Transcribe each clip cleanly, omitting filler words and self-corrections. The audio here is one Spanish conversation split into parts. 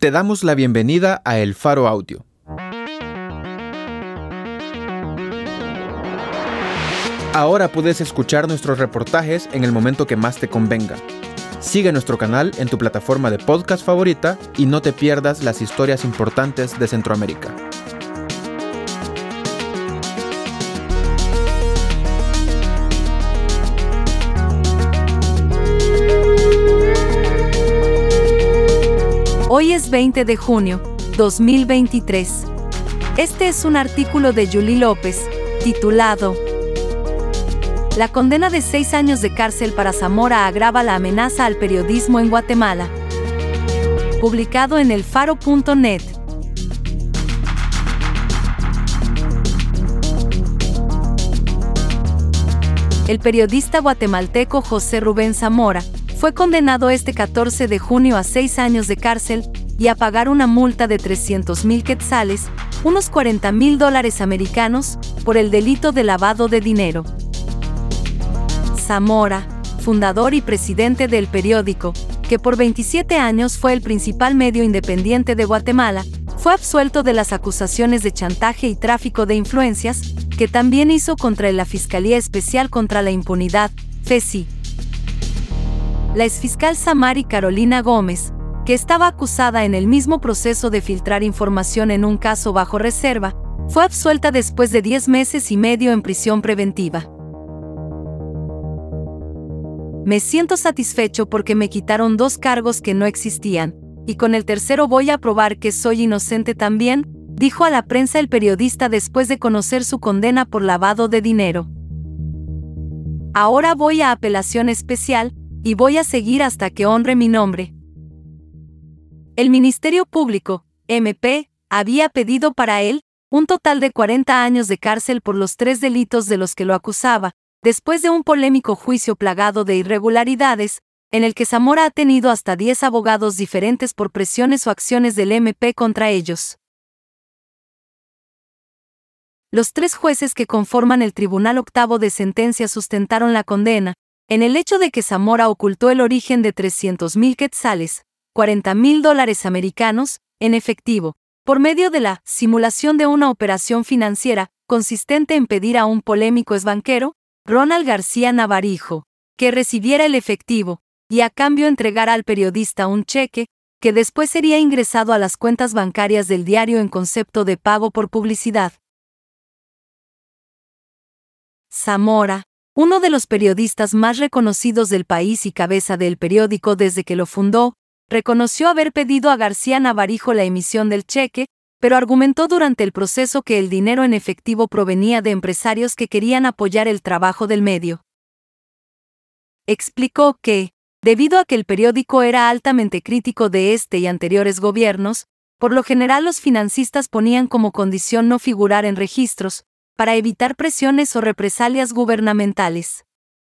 Te damos la bienvenida a El Faro Audio. Ahora puedes escuchar nuestros reportajes en el momento que más te convenga. Sigue nuestro canal en tu plataforma de podcast favorita y no te pierdas las historias importantes de Centroamérica. Hoy es 20 de junio, 2023. Este es un artículo de Julie López, titulado La condena de 6 años de cárcel para Zamora agrava la amenaza al periodismo en Guatemala. Publicado en elfaro.net. El periodista guatemalteco José Rubén Zamora fue condenado este 14 de junio a 6 años de cárcel y a pagar una multa de 300,000 quetzales, unos $40,000 americanos, por el delito de lavado de dinero. Zamora, fundador y presidente del periódico, que por 27 años fue el principal medio independiente de Guatemala, fue absuelto de las acusaciones de chantaje y tráfico de influencias, que también hizo contra la Fiscalía Especial contra la Impunidad, FESI. La exfiscal Samari Carolina Gómez, que estaba acusada en el mismo proceso de filtrar información en un caso bajo reserva, fue absuelta después de 10 meses y medio en prisión preventiva. Me siento satisfecho porque me quitaron 2 cargos que no existían, y con el tercero voy a probar que soy inocente también, dijo a la prensa el periodista después de conocer su condena por lavado de dinero. Ahora voy a apelación especial, y voy a seguir hasta que honre mi nombre. El Ministerio Público, MP, había pedido para él un total de 40 años de cárcel por los 3 delitos de los que lo acusaba, después de un polémico juicio plagado de irregularidades, en el que Zamora ha tenido hasta 10 abogados diferentes por presiones o acciones del MP contra ellos. Los 3 jueces que conforman el Tribunal Octavo de Sentencia sustentaron la condena, en el hecho de que Zamora ocultó el origen de 300,000 quetzales, $40,000 americanos, en efectivo, por medio de la simulación de una operación financiera, consistente en pedir a un polémico exbanquero, Ronald García Navarijo, que recibiera el efectivo, y a cambio entregara al periodista un cheque, que después sería ingresado a las cuentas bancarias del diario en concepto de pago por publicidad. Zamora, uno de los periodistas más reconocidos del país y cabeza del periódico desde que lo fundó, reconoció haber pedido a García Navarijo la emisión del cheque, pero argumentó durante el proceso que el dinero en efectivo provenía de empresarios que querían apoyar el trabajo del medio. Explicó que, debido a que el periódico era altamente crítico de este y anteriores gobiernos, por lo general los financistas ponían como condición no figurar en registros, para evitar presiones o represalias gubernamentales.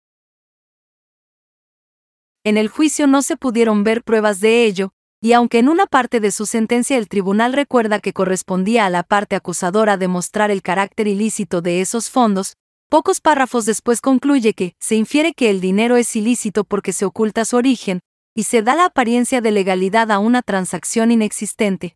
En el juicio no se pudieron ver pruebas de ello, y aunque en una parte de su sentencia el tribunal recuerda que correspondía a la parte acusadora demostrar el carácter ilícito de esos fondos, pocos párrafos después concluye que se infiere que el dinero es ilícito porque se oculta su origen, y se da la apariencia de legalidad a una transacción inexistente.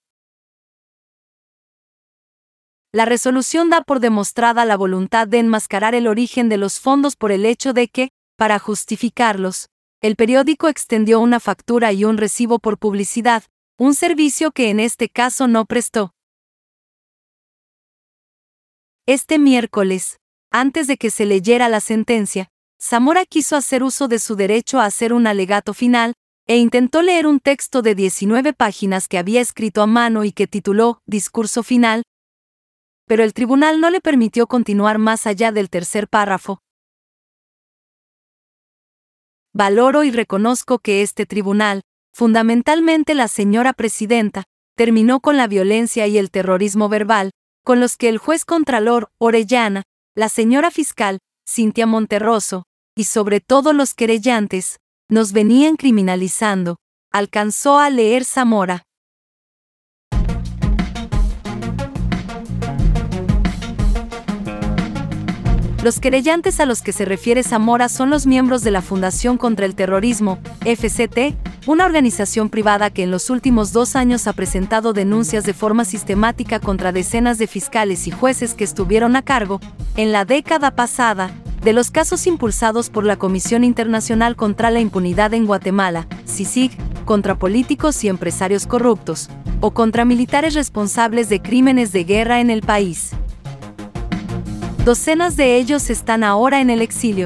La resolución da por demostrada la voluntad de enmascarar el origen de los fondos por el hecho de que, para justificarlos, el periódico extendió una factura y un recibo por publicidad, un servicio que en este caso no prestó. Este miércoles, antes de que se leyera la sentencia, Zamora quiso hacer uso de su derecho a hacer un alegato final, e intentó leer un texto de 19 páginas que había escrito a mano y que tituló Discurso Final, pero el tribunal no le permitió continuar más allá del tercer párrafo. Valoro y reconozco que este tribunal, fundamentalmente la señora presidenta, terminó con la violencia y el terrorismo verbal, con los que el juez contralor, Orellana, la señora fiscal, Cintia Monterroso, y sobre todo los querellantes, nos venían criminalizando, alcanzó a leer Zamora. Los querellantes a los que se refiere Zamora son los miembros de la Fundación contra el Terrorismo, FCT, una organización privada que en los últimos 2 años ha presentado denuncias de forma sistemática contra decenas de fiscales y jueces que estuvieron a cargo, en la década pasada, de los casos impulsados por la Comisión Internacional contra la Impunidad en Guatemala, CICIG, contra políticos y empresarios corruptos, o contra militares responsables de crímenes de guerra en el país. Docenas de ellos están ahora en el exilio.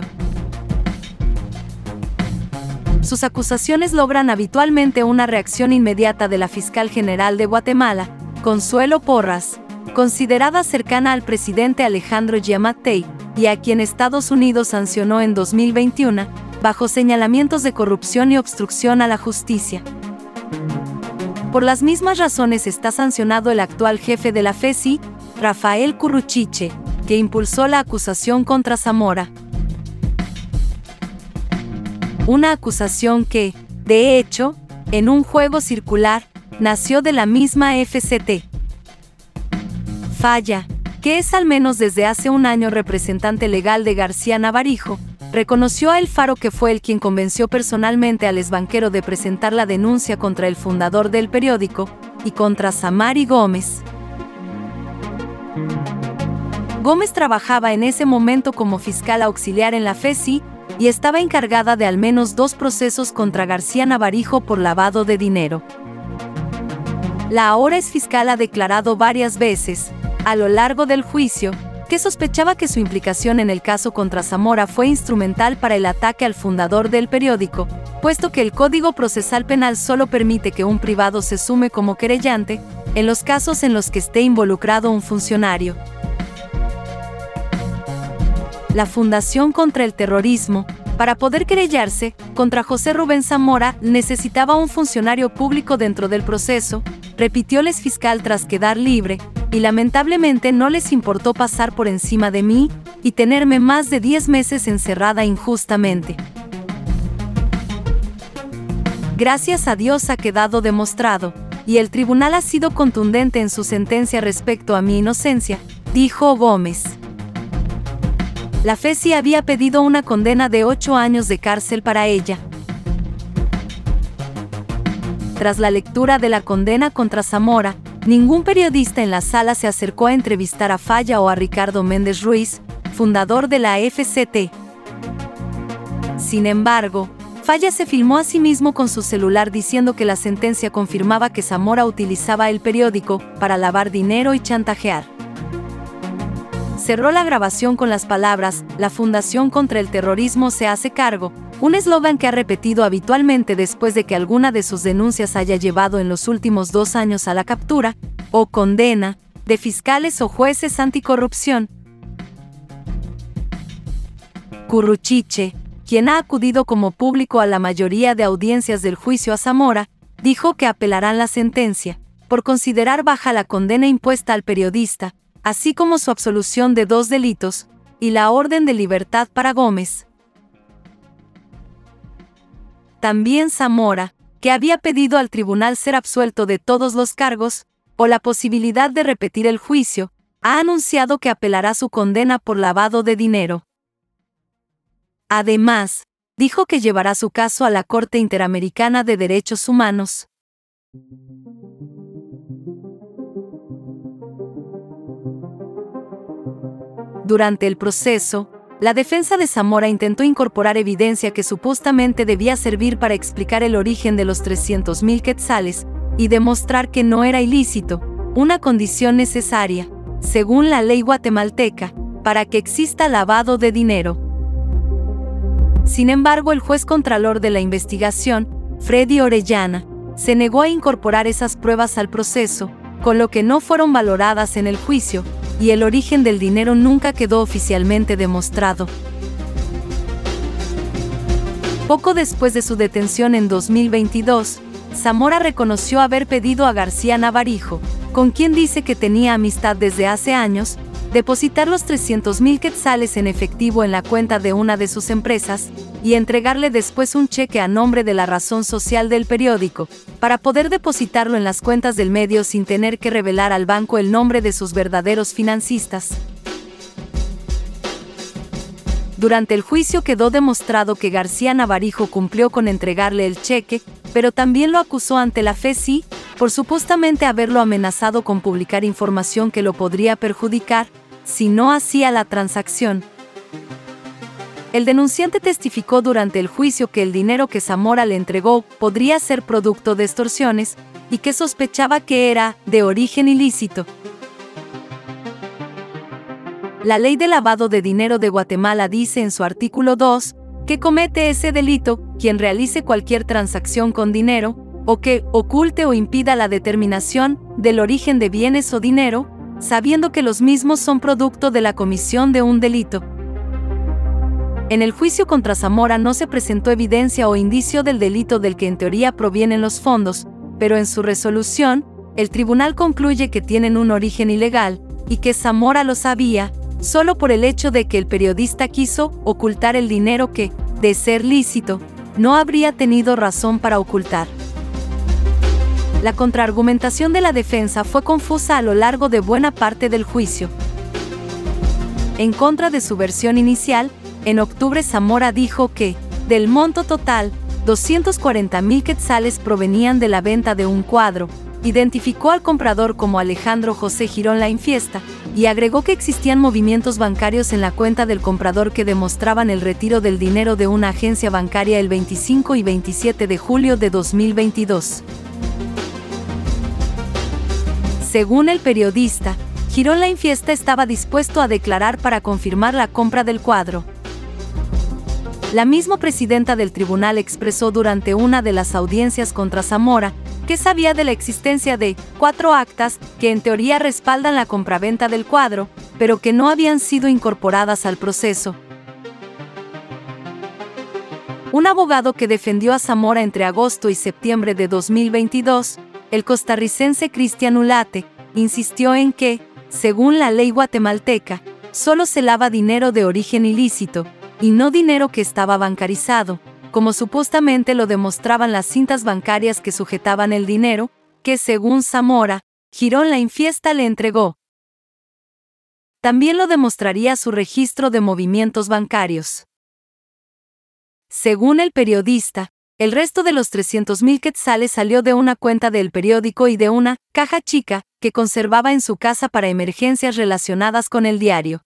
Sus acusaciones logran habitualmente una reacción inmediata de la fiscal general de Guatemala, Consuelo Porras, considerada cercana al presidente Alejandro Giammattei, y a quien Estados Unidos sancionó en 2021, bajo señalamientos de corrupción y obstrucción a la justicia. Por las mismas razones está sancionado el actual jefe de la FECI, Rafael Curruchiche, que impulsó la acusación contra Zamora. Una acusación que, de hecho, en un juego circular, nació de la misma FCT. Falla, que es al menos desde hace un año representante legal de García Navarijo, reconoció a El Faro que fue él quien convenció personalmente al exbanquero de presentar la denuncia contra el fundador del periódico y contra Samari Gómez. Gómez trabajaba en ese momento como fiscal auxiliar en la FECI y estaba encargada de al menos 2 procesos contra García Navarijo por lavado de dinero. La ahora exfiscal ha declarado varias veces, a lo largo del juicio, que sospechaba que su implicación en el caso contra Zamora fue instrumental para el ataque al fundador del periódico, puesto que el Código Procesal Penal solo permite que un privado se sume como querellante en los casos en los que esté involucrado un funcionario. La Fundación contra el Terrorismo, para poder querellarse contra José Rubén Zamora, necesitaba un funcionario público dentro del proceso, repitió el exfiscal tras quedar libre, y lamentablemente no les importó pasar por encima de mí y tenerme más de 10 meses encerrada injustamente. Gracias a Dios ha quedado demostrado, y el tribunal ha sido contundente en su sentencia respecto a mi inocencia, dijo Gómez. La FECI había pedido una condena de 8 años de cárcel para ella. Tras la lectura de la condena contra Zamora, ningún periodista en la sala se acercó a entrevistar a Falla o a Ricardo Méndez Ruiz, fundador de la FCT. Sin embargo, Falla se filmó a sí mismo con su celular diciendo que la sentencia confirmaba que Zamora utilizaba el periódico para lavar dinero y chantajear. Cerró la grabación con las palabras, "La Fundación contra el Terrorismo se hace cargo", un eslogan que ha repetido habitualmente después de que alguna de sus denuncias haya llevado en los últimos 2 años a la captura, o condena, de fiscales o jueces anticorrupción. Curruchiche, quien ha acudido como público a la mayoría de audiencias del juicio a Zamora, dijo que apelarán la sentencia, por considerar baja la condena impuesta al periodista, así como su absolución de 2 delitos, y la orden de libertad para Gómez. También Zamora, que había pedido al tribunal ser absuelto de todos los cargos, o la posibilidad de repetir el juicio, ha anunciado que apelará su condena por lavado de dinero. Además, dijo que llevará su caso a la Corte Interamericana de Derechos Humanos. Durante el proceso, la defensa de Zamora intentó incorporar evidencia que supuestamente debía servir para explicar el origen de los 300,000 quetzales y demostrar que no era ilícito, una condición necesaria, según la ley guatemalteca, para que exista lavado de dinero. Sin embargo, el juez contralor de la investigación, Freddy Orellana, se negó a incorporar esas pruebas al proceso, con lo que no fueron valoradas en el juicio, y el origen del dinero nunca quedó oficialmente demostrado. Poco después de su detención en 2022, Zamora reconoció haber pedido a García Navarijo, con quien dice que tenía amistad desde hace años, depositar los 300,000 quetzales en efectivo en la cuenta de una de sus empresas, y entregarle después un cheque a nombre de la razón social del periódico, para poder depositarlo en las cuentas del medio sin tener que revelar al banco el nombre de sus verdaderos financistas. Durante el juicio quedó demostrado que García Navarijo cumplió con entregarle el cheque, pero también lo acusó ante la FECI por supuestamente haberlo amenazado con publicar información que lo podría perjudicar si no hacía la transacción. El denunciante testificó durante el juicio que el dinero que Zamora le entregó podría ser producto de extorsiones y que sospechaba que era de origen ilícito. La Ley de Lavado de Dinero de Guatemala dice en su artículo 2 que comete ese delito quien realice cualquier transacción con dinero o que oculte o impida la determinación del origen de bienes o dinero, sabiendo que los mismos son producto de la comisión de un delito. En el juicio contra Zamora no se presentó evidencia o indicio del delito del que en teoría provienen los fondos, pero en su resolución, el tribunal concluye que tienen un origen ilegal y que Zamora lo sabía, solo por el hecho de que el periodista quiso ocultar el dinero que, de ser lícito, no habría tenido razón para ocultar. La contraargumentación de la defensa fue confusa a lo largo de buena parte del juicio. En contra de su versión inicial, en octubre Zamora dijo que, del monto total, 240,000 quetzales provenían de la venta de un cuadro, identificó al comprador como Alejandro José Girón Lainfiesta, y agregó que existían movimientos bancarios en la cuenta del comprador que demostraban el retiro del dinero de una agencia bancaria el 25 y 27 de julio de 2022. Según el periodista, Girón Lainfiesta estaba dispuesto a declarar para confirmar la compra del cuadro. La misma presidenta del tribunal expresó durante una de las audiencias contra Zamora que sabía de la existencia de 4 actas que en teoría respaldan la compraventa del cuadro, pero que no habían sido incorporadas al proceso. Un abogado que defendió a Zamora entre agosto y septiembre de 2022, el costarricense Cristian Ulate, insistió en que, según la ley guatemalteca, solo se lava dinero de origen ilícito, y no dinero que estaba bancarizado, como supuestamente lo demostraban las cintas bancarias que sujetaban el dinero, que según Zamora, Girón Lainfiesta le entregó. También lo demostraría su registro de movimientos bancarios. Según el periodista, el resto de los 300,000 quetzales salió de una cuenta del periódico y de una caja chica que conservaba en su casa para emergencias relacionadas con el diario.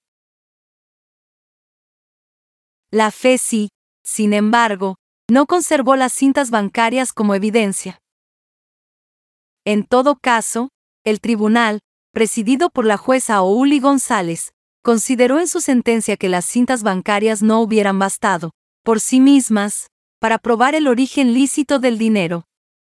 La FECI, sin embargo, no conservó las cintas bancarias como evidencia. En todo caso, el tribunal, presidido por la jueza Ouli González, consideró en su sentencia que las cintas bancarias no hubieran bastado, por sí mismas, para probar el origen lícito del dinero.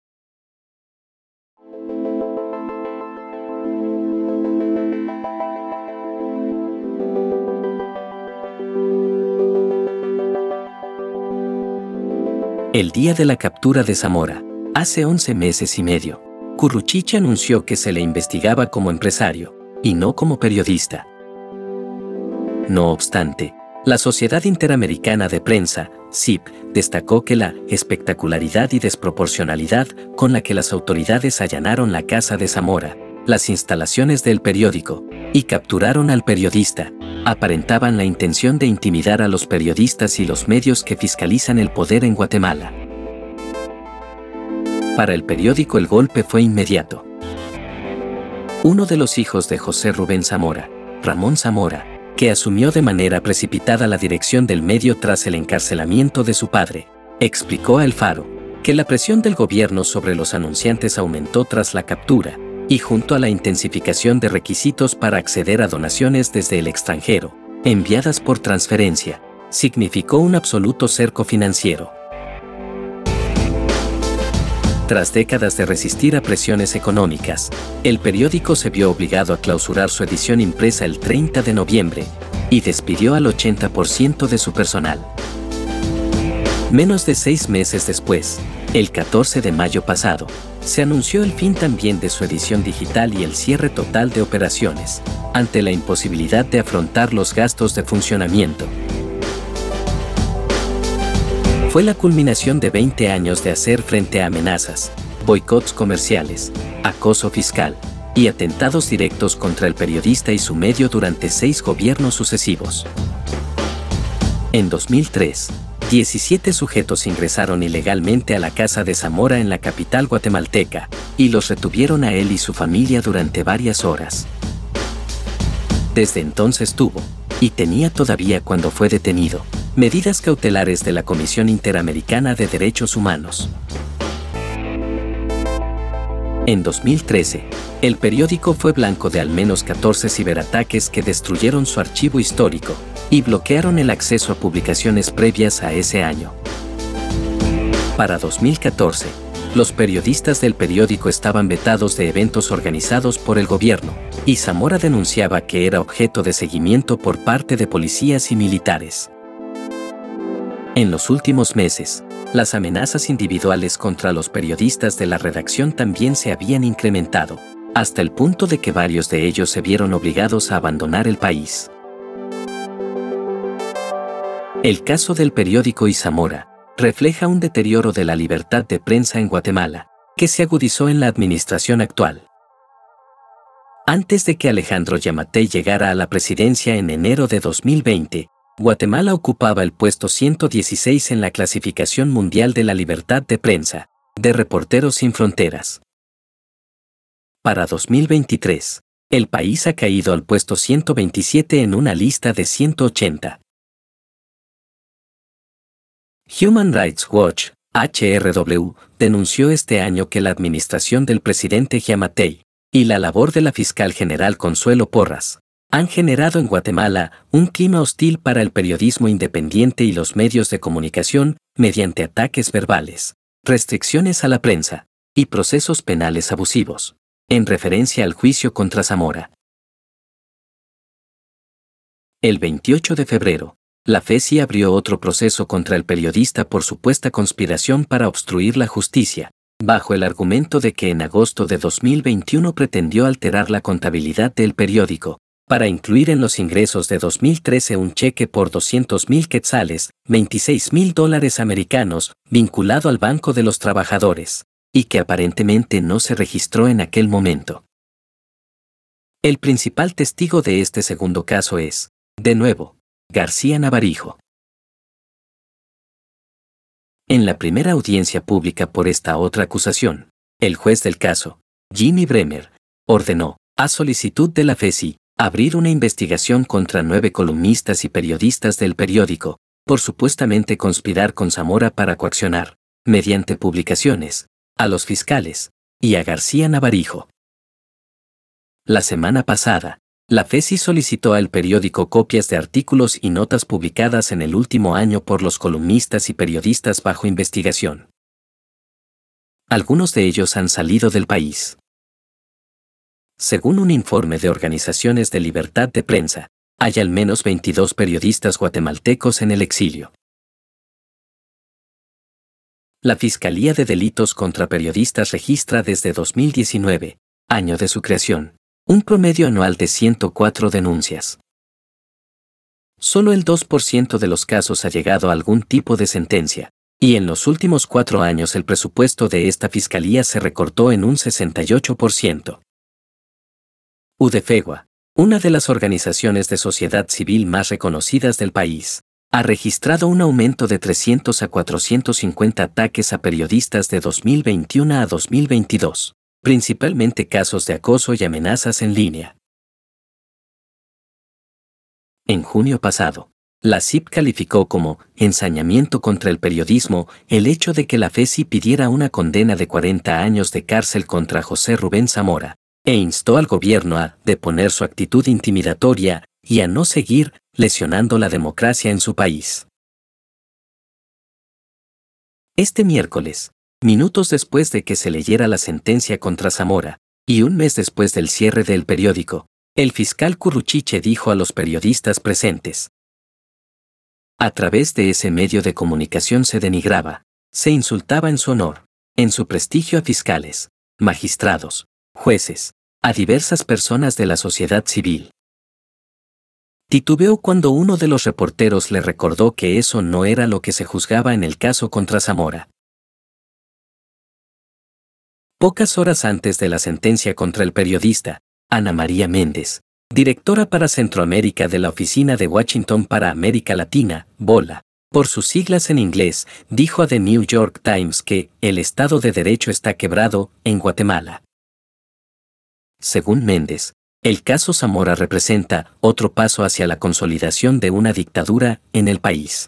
El día de la captura de Zamora, hace 11 meses y medio, Curruchiche anunció que se le investigaba como empresario, y no como periodista. No obstante, la Sociedad Interamericana de Prensa, SIP, destacó que la espectacularidad y desproporcionalidad con la que las autoridades allanaron la casa de Zamora, las instalaciones del periódico, y capturaron al periodista, aparentaban la intención de intimidar a los periodistas y los medios que fiscalizan el poder en Guatemala. Para el periódico el golpe fue inmediato. Uno de los hijos de José Rubén Zamora, Ramón Zamora, que asumió de manera precipitada la dirección del medio tras el encarcelamiento de su padre, explicó a El Faro que la presión del gobierno sobre los anunciantes aumentó tras la captura, y junto a la intensificación de requisitos para acceder a donaciones desde el extranjero, enviadas por transferencia, significó un absoluto cerco financiero. Tras décadas de resistir a presiones económicas, el periódico se vio obligado a clausurar su edición impresa el 30 de noviembre y despidió al 80% de su personal. Menos de 6 meses después, el 14 de mayo pasado, se anunció el fin también de su edición digital y el cierre total de operaciones, ante la imposibilidad de afrontar los gastos de funcionamiento. Fue la culminación de 20 años de hacer frente a amenazas, boicots comerciales, acoso fiscal y atentados directos contra el periodista y su medio durante 6 gobiernos sucesivos. En 2003, 17 sujetos ingresaron ilegalmente a la casa de Zamora en la capital guatemalteca, y los retuvieron a él y su familia durante varias horas. Desde entonces tuvo, y tenía todavía cuando fue detenido, medidas cautelares de la Comisión Interamericana de Derechos Humanos. En 2013, el periódico fue blanco de al menos 14 ciberataques que destruyeron su archivo histórico y bloquearon el acceso a publicaciones previas a ese año. Para 2014, los periodistas del periódico estaban vetados de eventos organizados por el gobierno, y Zamora denunciaba que era objeto de seguimiento por parte de policías y militares. En los últimos meses, las amenazas individuales contra los periodistas de la redacción también se habían incrementado, hasta el punto de que varios de ellos se vieron obligados a abandonar el país. El caso del periódico y Zamora refleja un deterioro de la libertad de prensa en Guatemala, que se agudizó en la administración actual. Antes de que Alejandro Yamatei llegara a la presidencia en enero de 2020, Guatemala ocupaba el puesto 116 en la clasificación mundial de la libertad de prensa, de Reporteros Sin Fronteras. Para 2023, el país ha caído al puesto 127 en una lista de 180. Human Rights Watch, HRW, denunció este año que la administración del presidente Yamatei y la labor de la fiscal general Consuelo Porras han generado en Guatemala un clima hostil para el periodismo independiente y los medios de comunicación mediante ataques verbales, restricciones a la prensa y procesos penales abusivos, en referencia al juicio contra Zamora. El 28 de febrero, la FECI abrió otro proceso contra el periodista por supuesta conspiración para obstruir la justicia, bajo el argumento de que en agosto de 2021 pretendió alterar la contabilidad del periódico, para incluir en los ingresos de 2013 un cheque por 200,000 quetzales, $26,000 americanos, vinculado al Banco de los Trabajadores, y que aparentemente no se registró en aquel momento. El principal testigo de este segundo caso es, de nuevo, García Navarijo. En la primera audiencia pública por esta otra acusación, el juez del caso, Jimmy Bremer, ordenó, a solicitud de la FECI, abrir una investigación contra 9 columnistas y periodistas del periódico, por supuestamente conspirar con Zamora para coaccionar, mediante publicaciones, a los fiscales y a García Navarijo. La semana pasada, la FECI solicitó al periódico copias de artículos y notas publicadas en el último año por los columnistas y periodistas bajo investigación. Algunos de ellos han salido del país. Según un informe de organizaciones de libertad de prensa, hay al menos 22 periodistas guatemaltecos en el exilio. La Fiscalía de Delitos contra Periodistas registra desde 2019, año de su creación, un promedio anual de 104 denuncias. Solo el 2% de los casos ha llegado a algún tipo de sentencia, y en los últimos 4 años el presupuesto de esta fiscalía se recortó en un 68%. UDFEGUA, una de las organizaciones de sociedad civil más reconocidas del país, ha registrado un aumento de 300 a 450 ataques a periodistas de 2021 a 2022, principalmente casos de acoso y amenazas en línea. En junio pasado, la CIP calificó como ensañamiento contra el periodismo el hecho de que la FECI pidiera una condena de 40 años de cárcel contra José Rubén Zamora, e instó al gobierno a deponer su actitud intimidatoria y a no seguir lesionando la democracia en su país. Este miércoles, minutos después de que se leyera la sentencia contra Zamora, y un mes después del cierre del periódico, el fiscal Curruchiche dijo a los periodistas presentes: a través de ese medio de comunicación se denigraba, se insultaba en su honor, en su prestigio a fiscales, magistrados, jueces, a diversas personas de la sociedad civil. Titubeó cuando uno de los reporteros le recordó que eso no era lo que se juzgaba en el caso contra Zamora. Pocas horas antes de la sentencia contra el periodista, Ana María Méndez, directora para Centroamérica de la Oficina de Washington para América Latina, BOLA, por sus siglas en inglés, dijo a The New York Times que el Estado de Derecho está quebrado en Guatemala. Según Méndez, el caso Zamora representa otro paso hacia la consolidación de una dictadura en el país.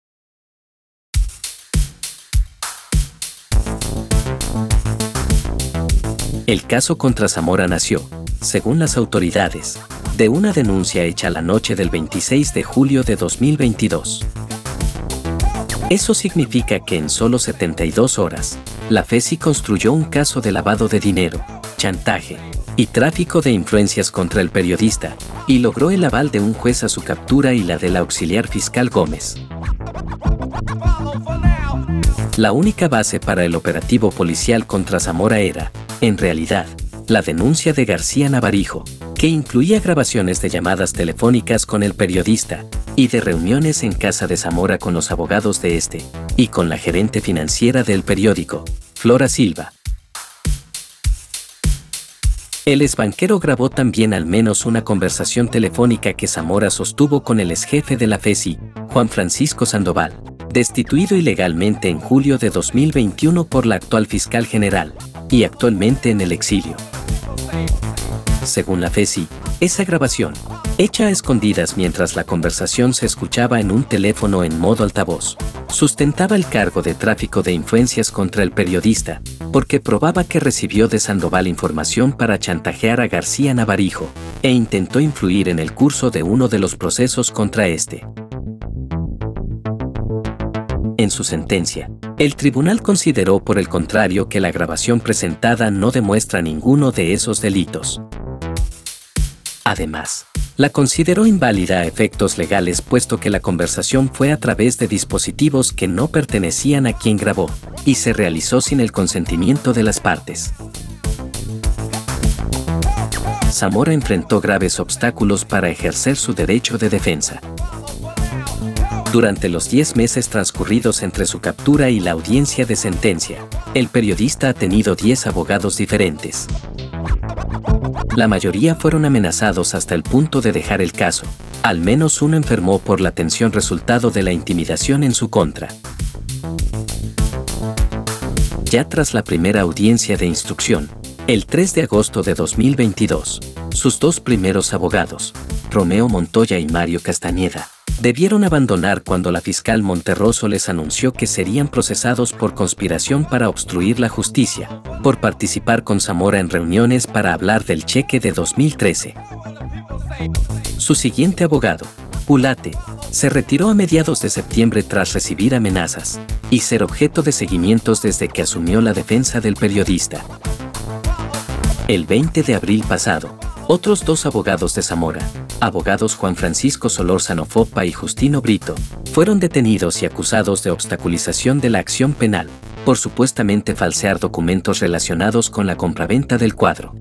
El caso contra Zamora nació, según las autoridades, de una denuncia hecha la noche del 26 de julio de 2022. Eso significa que en solo 72 horas, la FECI construyó un caso de lavado de dinero, chantaje y tráfico de influencias contra el periodista, y logró el aval de un juez a su captura y la del auxiliar fiscal Gómez. La única base para el operativo policial contra Zamora era, en realidad, la denuncia de García Navarijo, que incluía grabaciones de llamadas telefónicas con el periodista y de reuniones en casa de Zamora con los abogados de este y con la gerente financiera del periódico, Flora Silva. El exbanquero grabó también al menos una conversación telefónica que Zamora sostuvo con el exjefe de la FECI, Juan Francisco Sandoval, destituido ilegalmente en julio de 2021 por la actual fiscal general, y actualmente en el exilio. Según la FECI, esa grabación, hecha a escondidas mientras la conversación se escuchaba en un teléfono en modo altavoz, sustentaba el cargo de tráfico de influencias contra el periodista, porque probaba que recibió de Sandoval información para chantajear a García Navarijo, e intentó influir en el curso de uno de los procesos contra este. En su sentencia, el tribunal consideró por el contrario que la grabación presentada no demuestra ninguno de esos delitos. Además, la consideró inválida a efectos legales puesto que la conversación fue a través de dispositivos que no pertenecían a quien grabó, y se realizó sin el consentimiento de las partes. Zamora enfrentó graves obstáculos para ejercer su derecho de defensa. Durante los 10 meses transcurridos entre su captura y la audiencia de sentencia, el periodista ha tenido 10 abogados diferentes. La mayoría fueron amenazados hasta el punto de dejar el caso. Al menos uno enfermó por la tensión resultado de la intimidación en su contra. Ya tras la primera audiencia de instrucción, el 3 de agosto de 2022, sus dos primeros abogados, Romeo Montoya y Mario Castañeda, debieron abandonar cuando la fiscal Monterroso les anunció que serían procesados por conspiración para obstruir la justicia, por participar con Zamora en reuniones para hablar del cheque de 2013. Su siguiente abogado, Ulate, se retiró a mediados de septiembre tras recibir amenazas y ser objeto de seguimientos desde que asumió la defensa del periodista. El 20 de abril pasado, otros dos abogados de Zamora, abogados Juan Francisco Solórzano Fopa y Justino Brito, fueron detenidos y acusados de obstaculización de la acción penal, por supuestamente falsear documentos relacionados con la compraventa del cuadro.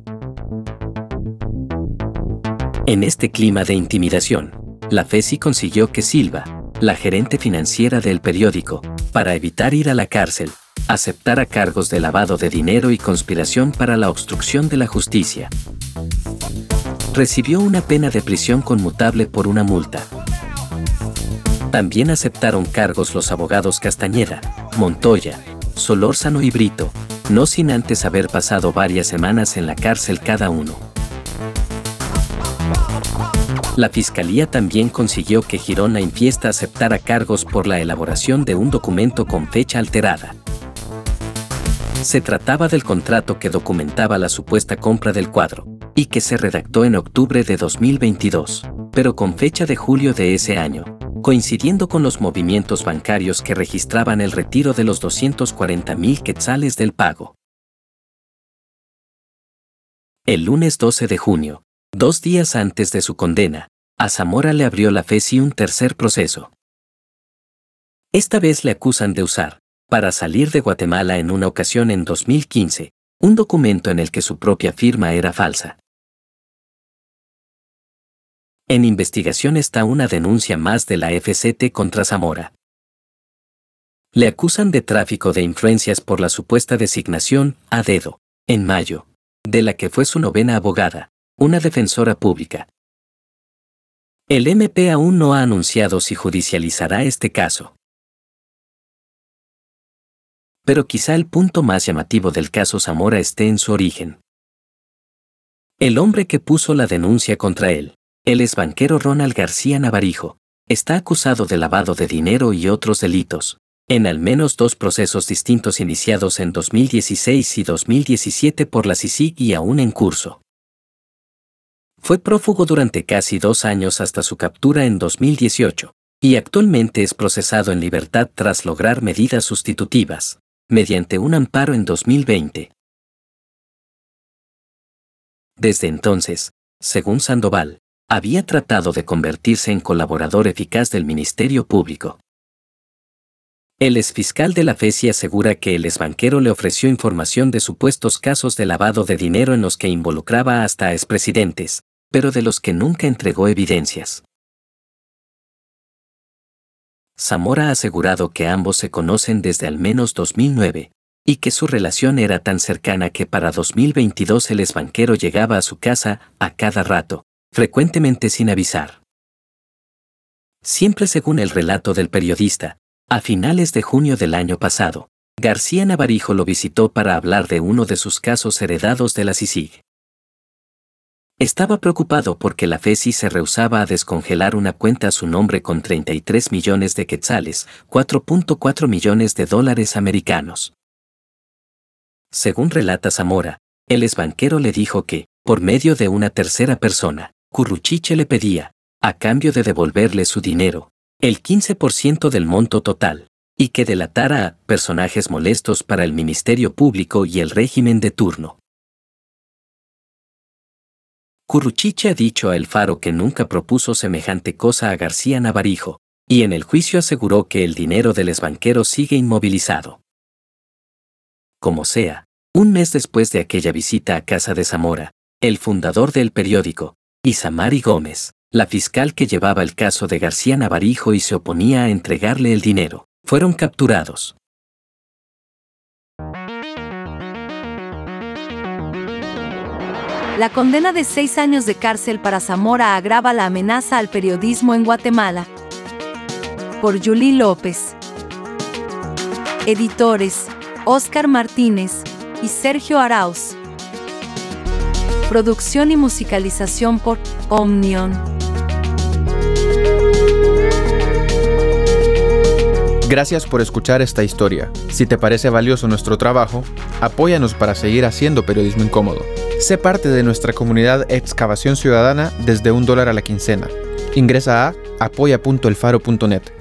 En este clima de intimidación, la FECI consiguió que Silva, la gerente financiera del periódico, para evitar ir a la cárcel, aceptara cargos de lavado de dinero y conspiración para la obstrucción de la justicia. Recibió una pena de prisión conmutable por una multa. También aceptaron cargos los abogados Castañeda, Montoya, Solórzano y Brito, no sin antes haber pasado varias semanas en la cárcel cada uno. La fiscalía también consiguió que Girona Infiesta aceptara cargos por la elaboración de un documento con fecha alterada. Se trataba del contrato que documentaba la supuesta compra del cuadro, y que se redactó en octubre de 2022, pero con fecha de julio de ese año, coincidiendo con los movimientos bancarios que registraban el retiro de los 240,000 quetzales del pago. El lunes 12 de junio, 2 días antes de su condena, a Zamora le abrió la FECI un tercer proceso. Esta vez le acusan de usar, para salir de Guatemala en una ocasión en 2015, un documento en el que su propia firma era falsa. En investigación está una denuncia más de la FCT contra Zamora. Le acusan de tráfico de influencias por la supuesta designación, a dedo, en mayo, de la que fue su novena abogada, una defensora pública, El MP aún no ha anunciado si judicializará este caso. Pero quizá el punto más llamativo del caso Zamora esté en su origen. El hombre que puso la denuncia contra él, el exbanquero Ronald García Navarijo, está acusado de lavado de dinero y otros delitos, en al menos 2 procesos distintos iniciados en 2016 y 2017 por la CICIG y aún en curso. Fue prófugo durante casi 2 años hasta su captura en 2018, y actualmente es procesado en libertad tras lograr medidas sustitutivas, mediante un amparo en 2020. Desde entonces, según Sandoval, había tratado de convertirse en colaborador eficaz del Ministerio Público. El exfiscal de la FECI asegura que el exbanquero le ofreció información de supuestos casos de lavado de dinero en los que involucraba hasta expresidentes, pero de los que nunca entregó evidencias. Zamora ha asegurado que ambos se conocen desde al menos 2009, y que su relación era tan cercana que para 2022 el exbanquero llegaba a su casa a cada rato, frecuentemente sin avisar. Siempre según el relato del periodista, a finales de junio del año pasado, García Navarijo lo visitó para hablar de uno de sus casos heredados de la CICIG. Estaba preocupado porque la FECI se rehusaba a descongelar una cuenta a su nombre con 33 millones de quetzales, 4.4 millones de dólares americanos. Según relata Zamora, el exbanquero le dijo que, por medio de una tercera persona, Curruchiche le pedía, a cambio de devolverle su dinero, el 15% del monto total, y que delatara a personajes molestos para el Ministerio Público y el régimen de turno. Curruchiche ha dicho a El Faro que nunca propuso semejante cosa a García Navarijo, y en el juicio aseguró que el dinero del exbanquero sigue inmovilizado. Como sea, un mes después de aquella visita a casa de Zamora, el fundador del periódico, Isamari Gómez, la fiscal que llevaba el caso de García Navarijo y se oponía a entregarle el dinero, fueron capturados. La condena de 6 años de cárcel para Zamora agrava la amenaza al periodismo en Guatemala. Por Julie López. Editores: Óscar Martínez y Sergio Arauz. Producción y musicalización por Omnion. Gracias por escuchar esta historia. Si te parece valioso nuestro trabajo, apóyanos para seguir haciendo periodismo incómodo. Sé parte de nuestra comunidad Excavación Ciudadana desde $1 a la quincena. Ingresa a apoya.elfaro.net.